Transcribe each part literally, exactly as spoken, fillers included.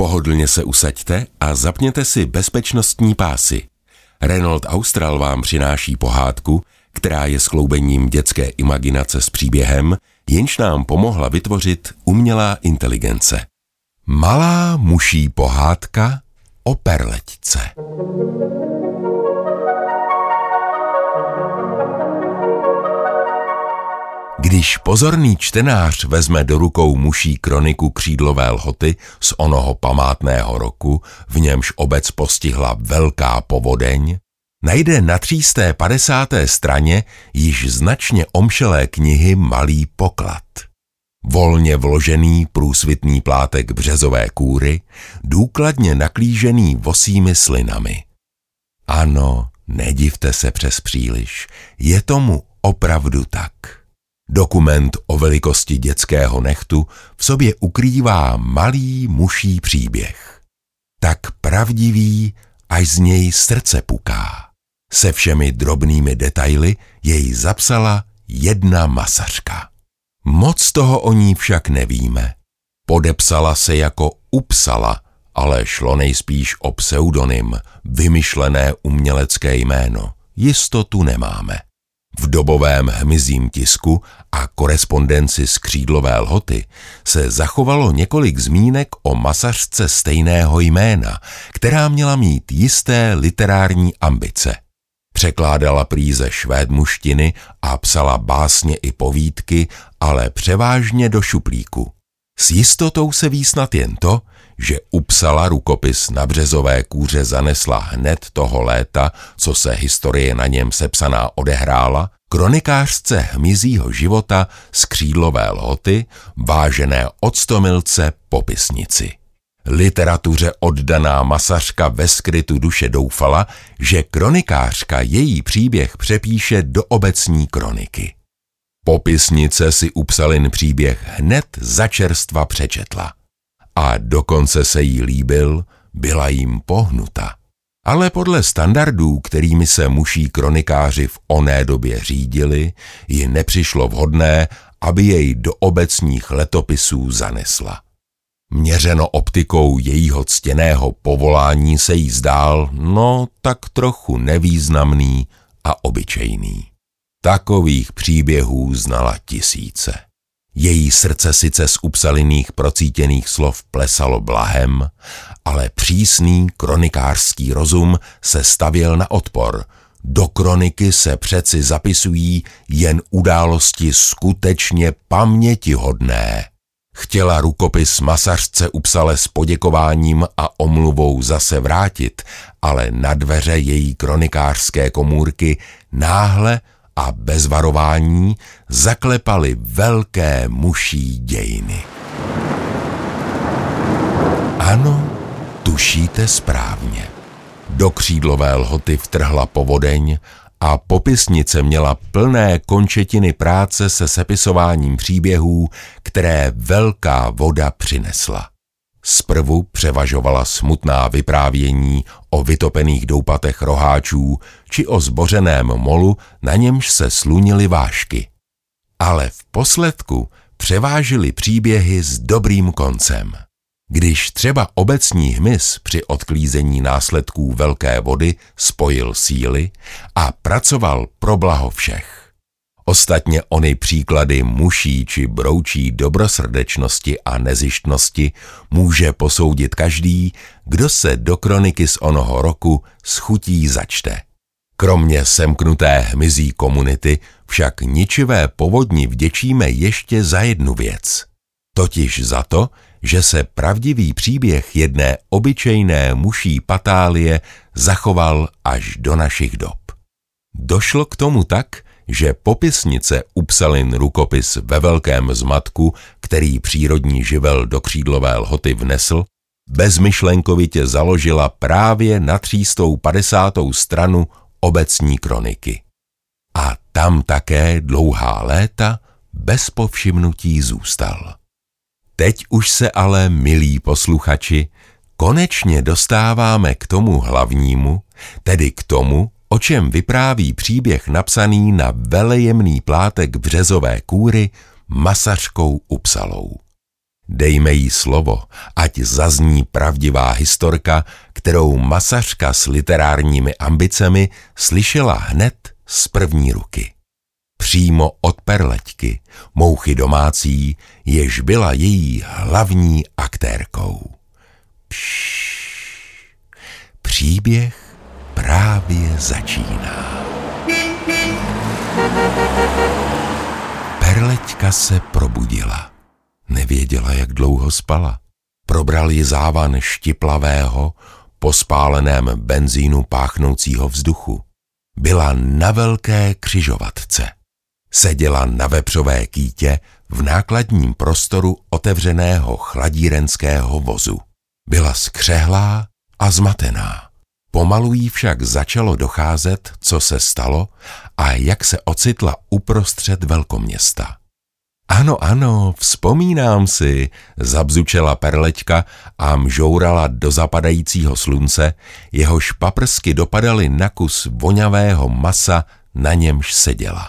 Pohodlně se usaďte a zapněte si bezpečnostní pásy. Renault Austral vám přináší pohádku, která je skloubením dětské imaginace s příběhem, jenž nám pomohla vytvořit umělá inteligence. Malá muší pohádka o perleťce. Když pozorný čtenář vezme do rukou muší kroniku Křídlové lhoty z onoho památného roku, v němž obec postihla velká povodeň, najde na třísté padesáté straně již značně omšelé knihy malý poklad. Volně vložený průsvitný plátek březové kůry, důkladně naklížený vosími slinami. Ano, nedivte se přes příliš, je tomu opravdu tak. Dokument o velikosti dětského nehtu v sobě ukrývá malý muší příběh. Tak pravdivý, až z něj srdce puká. Se všemi drobnými detaily jej zapsala jedna masařka. Moc toho o ní však nevíme. Podepsala se jako Upsala, ale šlo nejspíš o pseudonym, vymyšlené umělecké jméno. Jistotu nemáme. V dobovém hmyzím tisku a korespondenci z Křídlové lhoty se zachovalo několik zmínek o masařce stejného jména, která měla mít jisté literární ambice. Překládala prý ze švédmuštiny a psala básně i povídky, ale převážně do šuplíku. S jistotou se ví snad jen to, že Upsala rukopis na březové kůře zanesla hned toho léta, co se historie na něm sepsaná odehrála, kronikářce hmyzího života z Křídlové lhoty, vážené octomilce popisnici. Literatuře oddaná masařka ve skrytu duše doufala, že kronikářka její příběh přepíše do obecní kroniky. Popisnice si Upsalin příběh hned začerstva přečetla. A dokonce se jí líbil, byla jim pohnuta. Ale podle standardů, kterými se muší kronikáři v oné době řídili, ji nepřišlo vhodné, aby jej do obecních letopisů zanesla. Měřeno optikou jejího ctěného povolání se jí zdál, no tak trochu nevýznamný a obyčejný. Takových příběhů znala tisíce. Její srdce sice z Upsaliných procítěných slov plesalo blahem, ale přísný kronikářský rozum se stavěl na odpor. Do kroniky se přeci zapisují jen události skutečně pamětihodné. Chtěla rukopis masařce Upsale s poděkováním a omluvou zase vrátit, ale na dveře její kronikářské komůrky náhle a bez varování zaklepaly velké muší dějiny. Ano, tušíte správně. Do Křídlové lhoty vtrhla povodeň a popisnice měla plné končetiny práce se sepisováním příběhů, které velká voda přinesla. Zprvu převažovala smutná vyprávění o vytopených doupatech roháčů či o zbořeném molu, na němž se slunily vážky. Ale v posledku převážily příběhy s dobrým koncem. Když třeba obecní hmyz při odklízení následků velké vody spojil síly a pracoval pro blaho všech. Ostatně ony příklady muší či broučí dobrosrdečnosti a nezištnosti může posoudit každý, kdo se do kroniky z onoho roku s chutí začte. Kromě semknuté hmyzí komunity však ničivé povodni vděčíme ještě za jednu věc. Totiž za to, že se pravdivý příběh jedné obyčejné muší patálie zachoval až do našich dob. Došlo k tomu tak, že popisnice Upsalin rukopis ve velkém zmatku, který přírodní živel do Křídlové lhoty vnesl, bezmyšlenkovitě založila právě na třístou padesátou stranu obecní kroniky. A tam také dlouhá léta bez povšimnutí zůstal. Teď už se ale, milí posluchači, konečně dostáváme k tomu hlavnímu, tedy k tomu, o čem vypráví příběh napsaný na velejemný plátek březové kůry masařkou Upsalou. Dejme jí slovo, ať zazní pravdivá historka, kterou masařka s literárními ambicemi slyšela hned z první ruky. Přímo od Perleťky, mouchy domácí, jež byla její hlavní aktérkou. Pšš. Příběh právě začíná. Perleťka se probudila. Nevěděla, jak dlouho spala. Probral ji závan štiplavého, po spáleném benzínu páchnoucího vzduchu. Byla na velké křižovatce. Seděla na vepřové kýtě v nákladním prostoru otevřeného chladírenského vozu. Byla skřehlá a zmatená. Pomalu jí však začalo docházet, co se stalo a jak se ocitla uprostřed velkoměsta. Ano, ano, vzpomínám si, zabzučela Perleťka a mžourala do zapadajícího slunce, jehož paprsky dopadaly na kus vonavého masa, na němž seděla.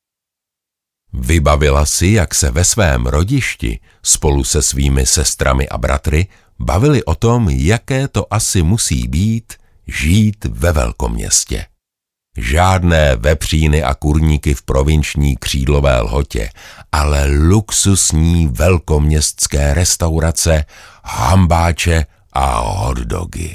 Vybavila si, jak se ve svém rodišti spolu se svými sestrami a bratry bavili o tom, jaké to asi musí být žít ve velkoměstě. Žádné vepříny a kurníky v provinční křídlové Lhotě, ale luxusní velkoměstské restaurace, hambáče a hotdogy.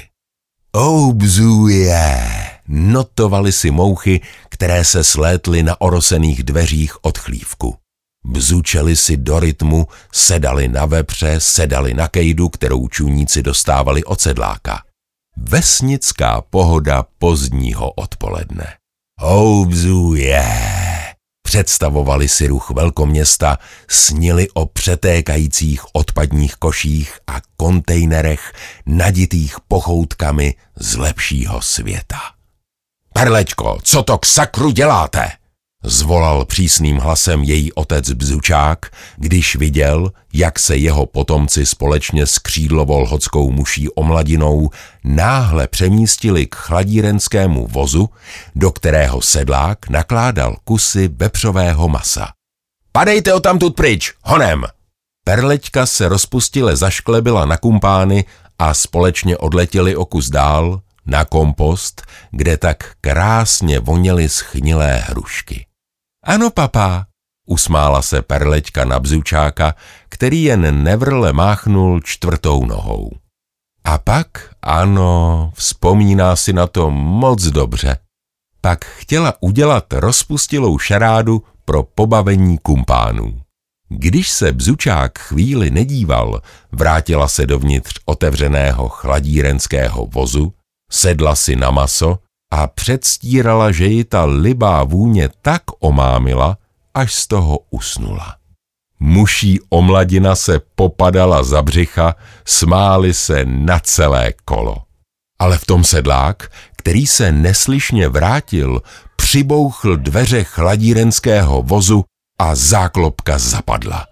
Obzuje, notovali si mouchy, které se slétly na orosených dveřích od chlívku. Bzučeli si do rytmu, sedali na vepře, sedali na kejdu, kterou čuníci dostávali od sedláka. Vesnická pohoda pozdního odpoledne. Houbzuje! Představovali si ruch velkoměsta, snili o přetékajících odpadních koších a kontejnerech naditých pochoutkami z lepšího světa. Perlečko, co to k sakru děláte? Zvolal přísným hlasem její otec Bzučák, když viděl, jak se jeho potomci společně s křídlovo-lhotskou muší omladinou náhle přemístili k chladírenskému vozu, do kterého sedlák nakládal kusy vepřového masa. Padejte odtamtud pryč, honem! Perleťka se rozpustile zašklebila na kumpány a společně odletěli o kus dál, na kompost, kde tak krásně voněly schnilé hrušky. Ano, papá, usmála se Perleťka na Bzučáka, který jen nevrle máchnul čtvrtou nohou. A pak, ano, vzpomíná si na to moc dobře. Pak chtěla udělat rozpustilou šarádu pro pobavení kumpánů. Když se Bzučák chvíli nedíval, vrátila se dovnitř otevřeného chladírenského vozu, sedla si na maso a předstírala, že ji ta libá vůně tak omámila, až z toho usnula. Muší omladina se popadala za břicha, smáli se na celé kolo. Ale v tom sedlák, který se neslyšně vrátil, přibouchl dveře chladírenského vozu a záklopka zapadla.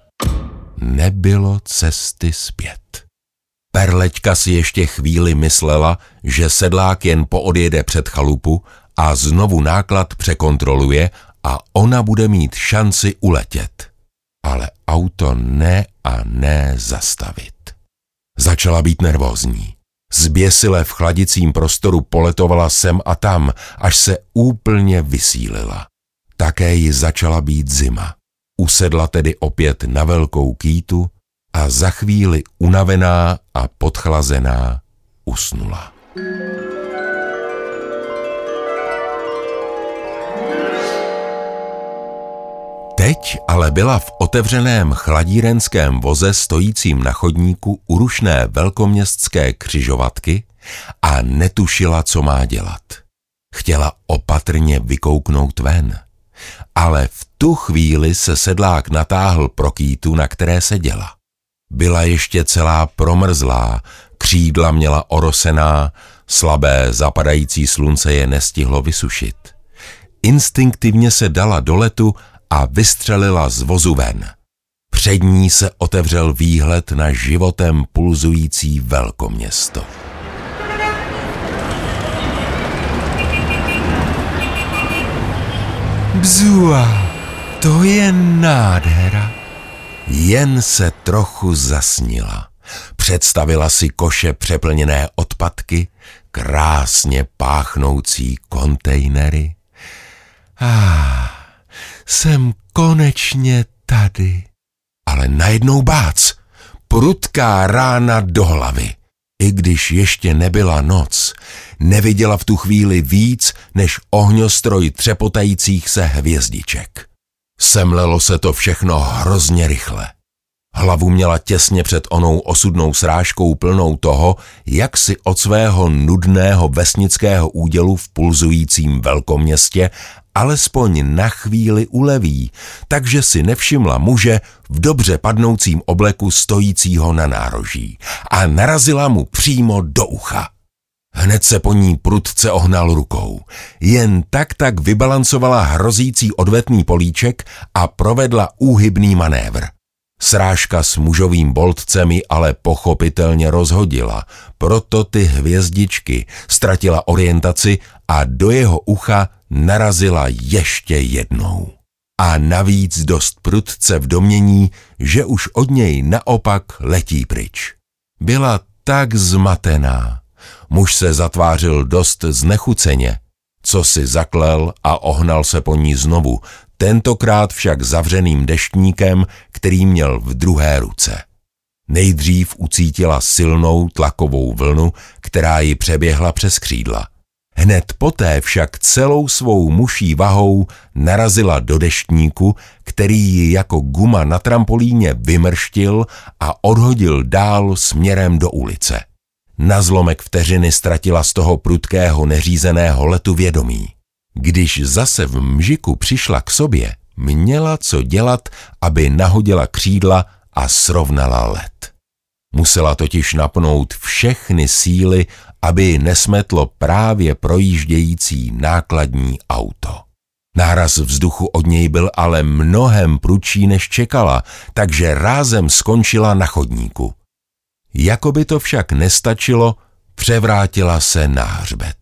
Nebylo cesty zpět. Perleťka si ještě chvíli myslela, že sedlák jen poodjede před chalupu a znovu náklad překontroluje a ona bude mít šanci uletět. Ale auto ne a ne zastavit. Začala být nervózní. Zběsile v chladicím prostoru poletovala sem a tam, až se úplně vysílila. Také ji začala být zima. Usedla tedy opět na velkou kýtu a za chvíli unavená a podchlazená usnula. Teď ale byla v otevřeném chladírenském voze stojícím na chodníku u rušné velkoměstské křižovatky a netušila, co má dělat. Chtěla opatrně vykouknout ven, ale v tu chvíli se sedlák natáhl pro kýtu, na které seděla. Byla ještě celá promrzlá, křídla měla orosená, slabé zapadající slunce je nestihlo vysušit. Instinktivně se dala do letu a vystřelila z vozu ven. Před ní se otevřel výhled na životem pulzující velkoměsto. Bzua, to je nádhera. Jen se trochu zasnila. Představila si koše přeplněné odpadky, krásně páchnoucí kontejnery. Ah, jsem konečně tady. Ale najednou bác, prudká rána do hlavy. I když ještě nebyla noc, neviděla v tu chvíli víc než ohňostroj třepotajících se hvězdiček. Semlelo se to všechno hrozně rychle. Hlavu měla těsně před onou osudnou srážkou plnou toho, jak si od svého nudného vesnického údělu v pulzujícím velkoměstě alespoň na chvíli uleví, takže si nevšimla muže v dobře padnoucím obleku stojícího na nároží a narazila mu přímo do ucha. Hned se po ní prudce ohnal rukou. Jen tak tak vybalancovala hrozící odvetný políček a provedla úhybný manévr. Srážka s mužovým boltcem ji ale pochopitelně rozhodila, proto ty hvězdičky ztratila orientaci a do jeho ucha narazila ještě jednou. A navíc dost prudce v domnění, že už od něj naopak letí pryč. Byla tak zmatená. Muž se zatvářil dost znechuceně, co si zaklel a ohnal se po ní znovu, tentokrát však zavřeným deštníkem, který měl v druhé ruce. Nejdřív ucítila silnou tlakovou vlnu, která ji přeběhla přes křídla. Hned poté však celou svou muší vahou narazila do deštníku, který ji jako guma na trampolíně vymrštil a odhodil dál směrem do ulice. Na zlomek vteřiny ztratila z toho prudkého neřízeného letu vědomí. Když zase v mžiku přišla k sobě, měla co dělat, aby nahodila křídla a srovnala let. Musela totiž napnout všechny síly, aby nesmetlo právě projíždějící nákladní auto. Náraz vzduchu od něj byl ale mnohem prudší, než čekala, takže rázem skončila na chodníku. Jakoby to však nestačilo, převrátila se na hřbet.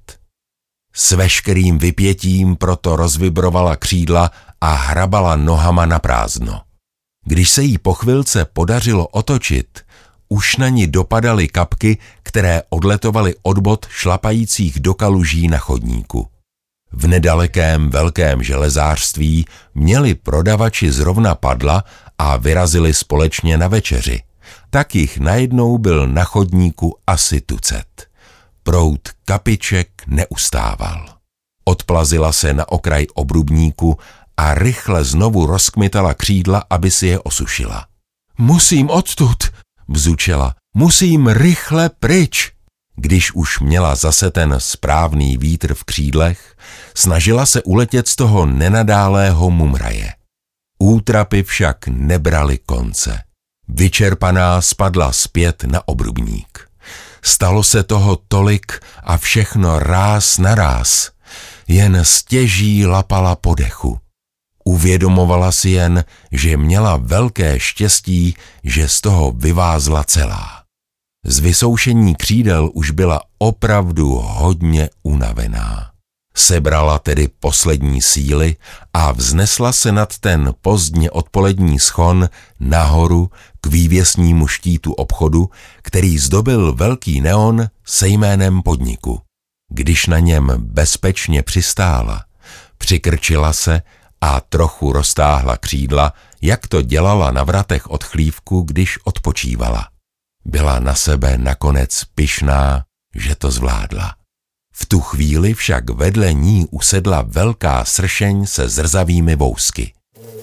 S veškerým vypětím proto rozvibrovala křídla a hrabala nohama na prázdno. Když se jí po chvilce podařilo otočit, už na ní dopadaly kapky, které odletovaly od bot šlapajících do kaluží na chodníku. V nedalekém velkém železářství měli prodavači zrovna padla a vyrazili společně na večeři. Tak jich najednou byl na chodníku asi tucet. Proud kapiček neustával. Odplazila se na okraj obrubníku a rychle znovu rozkmitala křídla, aby si je osušila. Musím odtud, bzučela, musím rychle pryč. Když už měla zase ten správný vítr v křídlech, snažila se uletět z toho nenadálého mumraje. Útrapy však nebraly konce. Vyčerpaná spadla zpět na obrubník. Stalo se toho tolik a všechno ráz na ráz. Jen stěží lapala po dechu. Uvědomovala si jen, že měla velké štěstí, že z toho vyvázla celá. Z vysoušení křídel už byla opravdu hodně unavená. Sebrala tedy poslední síly a vznesla se nad ten pozdně odpolední schon nahoru k vývěsnímu štítu obchodu, který zdobil velký neon se jménem podniku. Když na něm bezpečně přistála, přikrčila se a trochu roztáhla křídla, jak to dělala na vratech od chlívku, když odpočívala. Byla na sebe nakonec pyšná, že to zvládla. V tu chvíli však vedle ní usedla velká sršeň se zrzavými vousky.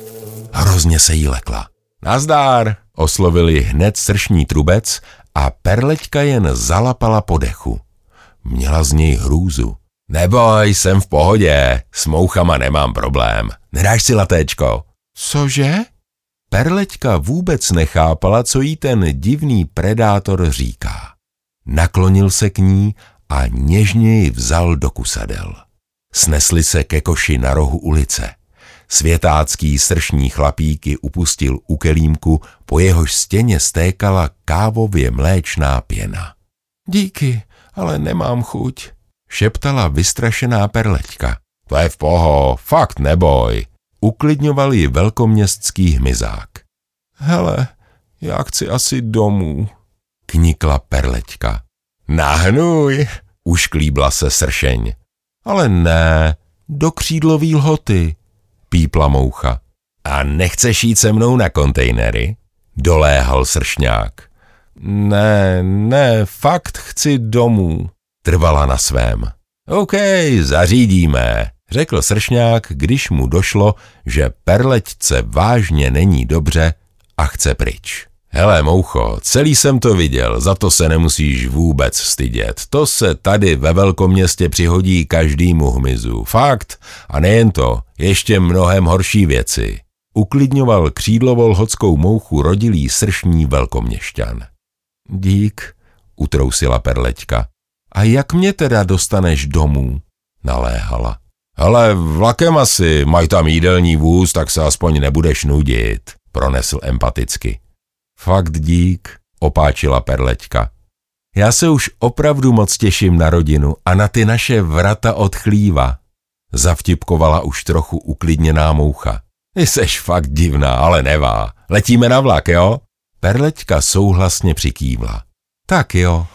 Hrozně se jí lekla. Nazdár, oslovili hned sršní trubec a Perleťka jen zalapala po dechu. Měla z něj hrůzu. Neboj, jsem v pohodě, s mouchama nemám problém. Nedáš si latéčko? Cože? Perleťka vůbec nechápala, co jí ten divný predátor říká. Naklonil se k ní a něžně ji vzal do kusadel. Snesli se ke koši na rohu ulice. Světácký sršní chlapík ji upustil u kelímku, po jehož stěně stékala kávově mléčná pěna. Díky, ale nemám chuť, šeptala vystrašená Perleťka. To je v poho, fakt neboj, uklidňoval ji velkoměstský hmyzák. Hele, já chci asi domů, knikla Perleťka. Nahnuj, ušklíbla se Sršeň. Ale ne, do Křídlový Lhoty, pípla Moucha. A nechceš jít se mnou na kontejnery? Doléhal Sršňák. Ne, ne, fakt chci domů, trvala na svém. OK, zařídíme, řekl Sršňák, když mu došlo, že Perleťce vážně není dobře a chce pryč. Hele, Moucho, celý jsem to viděl, za to se nemusíš vůbec stydět. To se tady ve velkoměstě přihodí každému hmyzu. Fakt. A nejen to, ještě mnohem horší věci. Uklidňoval křídlovolhotskou Mouchu rodilý sršní velkoměšťan. Dík, utrousila Perleťka. A jak mě teda dostaneš domů? Naléhala. Hele, vlakem asi, mají tam jídelní vůz, tak se aspoň nebudeš nudit, pronesl empaticky. Fakt dík, opáčila Perleťka. Já se už opravdu moc těším na rodinu a na ty naše vrata od chlíva. Zavtipkovala už trochu uklidněná Moucha. Ty seš fakt divná, ale nevá. Letíme na vlak, jo? Perleťka souhlasně přikývla. Tak jo.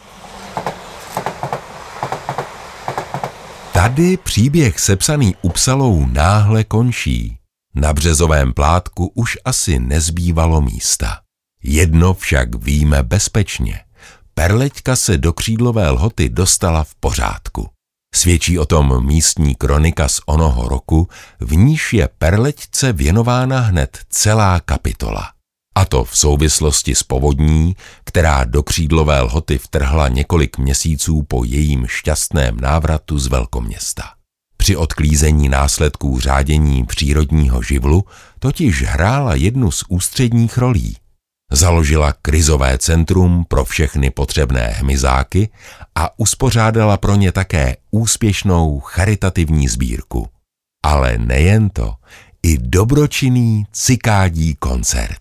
Tady příběh sepsaný Upsalou náhle končí. Na březovém plátku už asi nezbývalo místa. Jedno však víme bezpečně. Perleťka se do Křídlové Lhoty dostala v pořádku. Svědčí o tom místní kronika z onoho roku, v níž je Perleťce věnována hned celá kapitola. A to v souvislosti s povodní, která do Křídlové Lhoty vtrhla několik měsíců po jejím šťastném návratu z velkoměsta. Při odklízení následků řádění přírodního živlu totiž hrála jednu z ústředních rolí. Založila krizové centrum pro všechny potřebné hmyzáky a uspořádala pro ně také úspěšnou charitativní sbírku. Ale nejen to, i dobročinný cikádí koncert.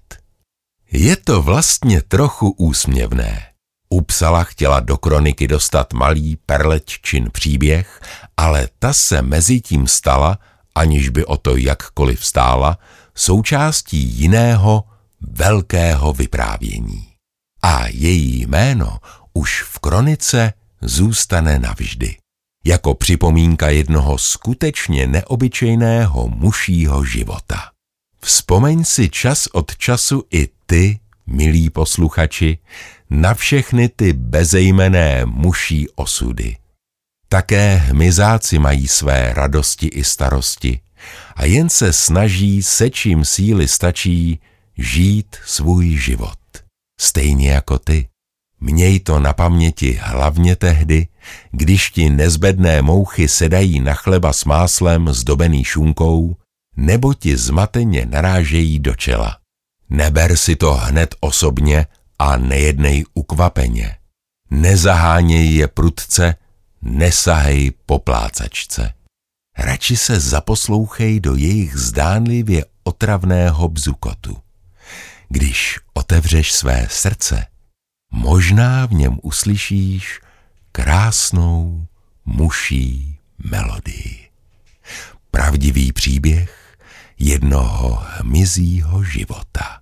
Je to vlastně trochu úsměvné. Upsala chtěla do kroniky dostat malý Perleťčin příběh, ale ta se mezitím stala, aniž by o to jakkoliv stála, součástí jiného velkého vyprávění. A její jméno už v kronice zůstane navždy. Jako připomínka jednoho skutečně neobyčejného mužího života. Vzpomeň si čas od času i ty, milí posluchači, na všechny ty bezejmenné muží osudy. Také hmyzáci mají své radosti i starosti a jen se snaží, se čím síly stačí, žít svůj život. Stejně jako ty. Měj to na paměti hlavně tehdy, když ti nezbedné mouchy sedají na chleba s máslem zdobený šunkou, nebo ti zmateně narážejí do čela. Neber si to hned osobně a nejednej ukvapeně. Nezaháněj je prudce, nesahej po plácačce. Radši se zaposlouchej do jejich zdánlivě otravného bzukotu. Když otevřeš své srdce, možná v něm uslyšíš krásnou muží melodii. Pravdivý příběh jednoho hmyzího života.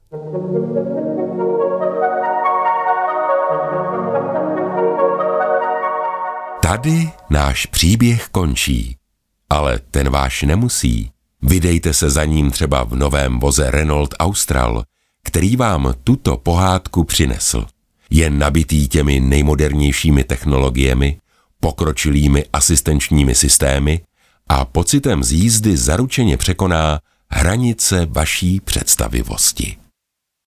Tady náš příběh končí, ale ten váš nemusí. Vydejte se za ním třeba v novém voze Renault Austral, který vám tuto pohádku přinesl. Je nabitý těmi nejmodernějšími technologiemi, pokročilými asistenčními systémy a pocitem z jízdy zaručeně překoná hranice vaší představivosti.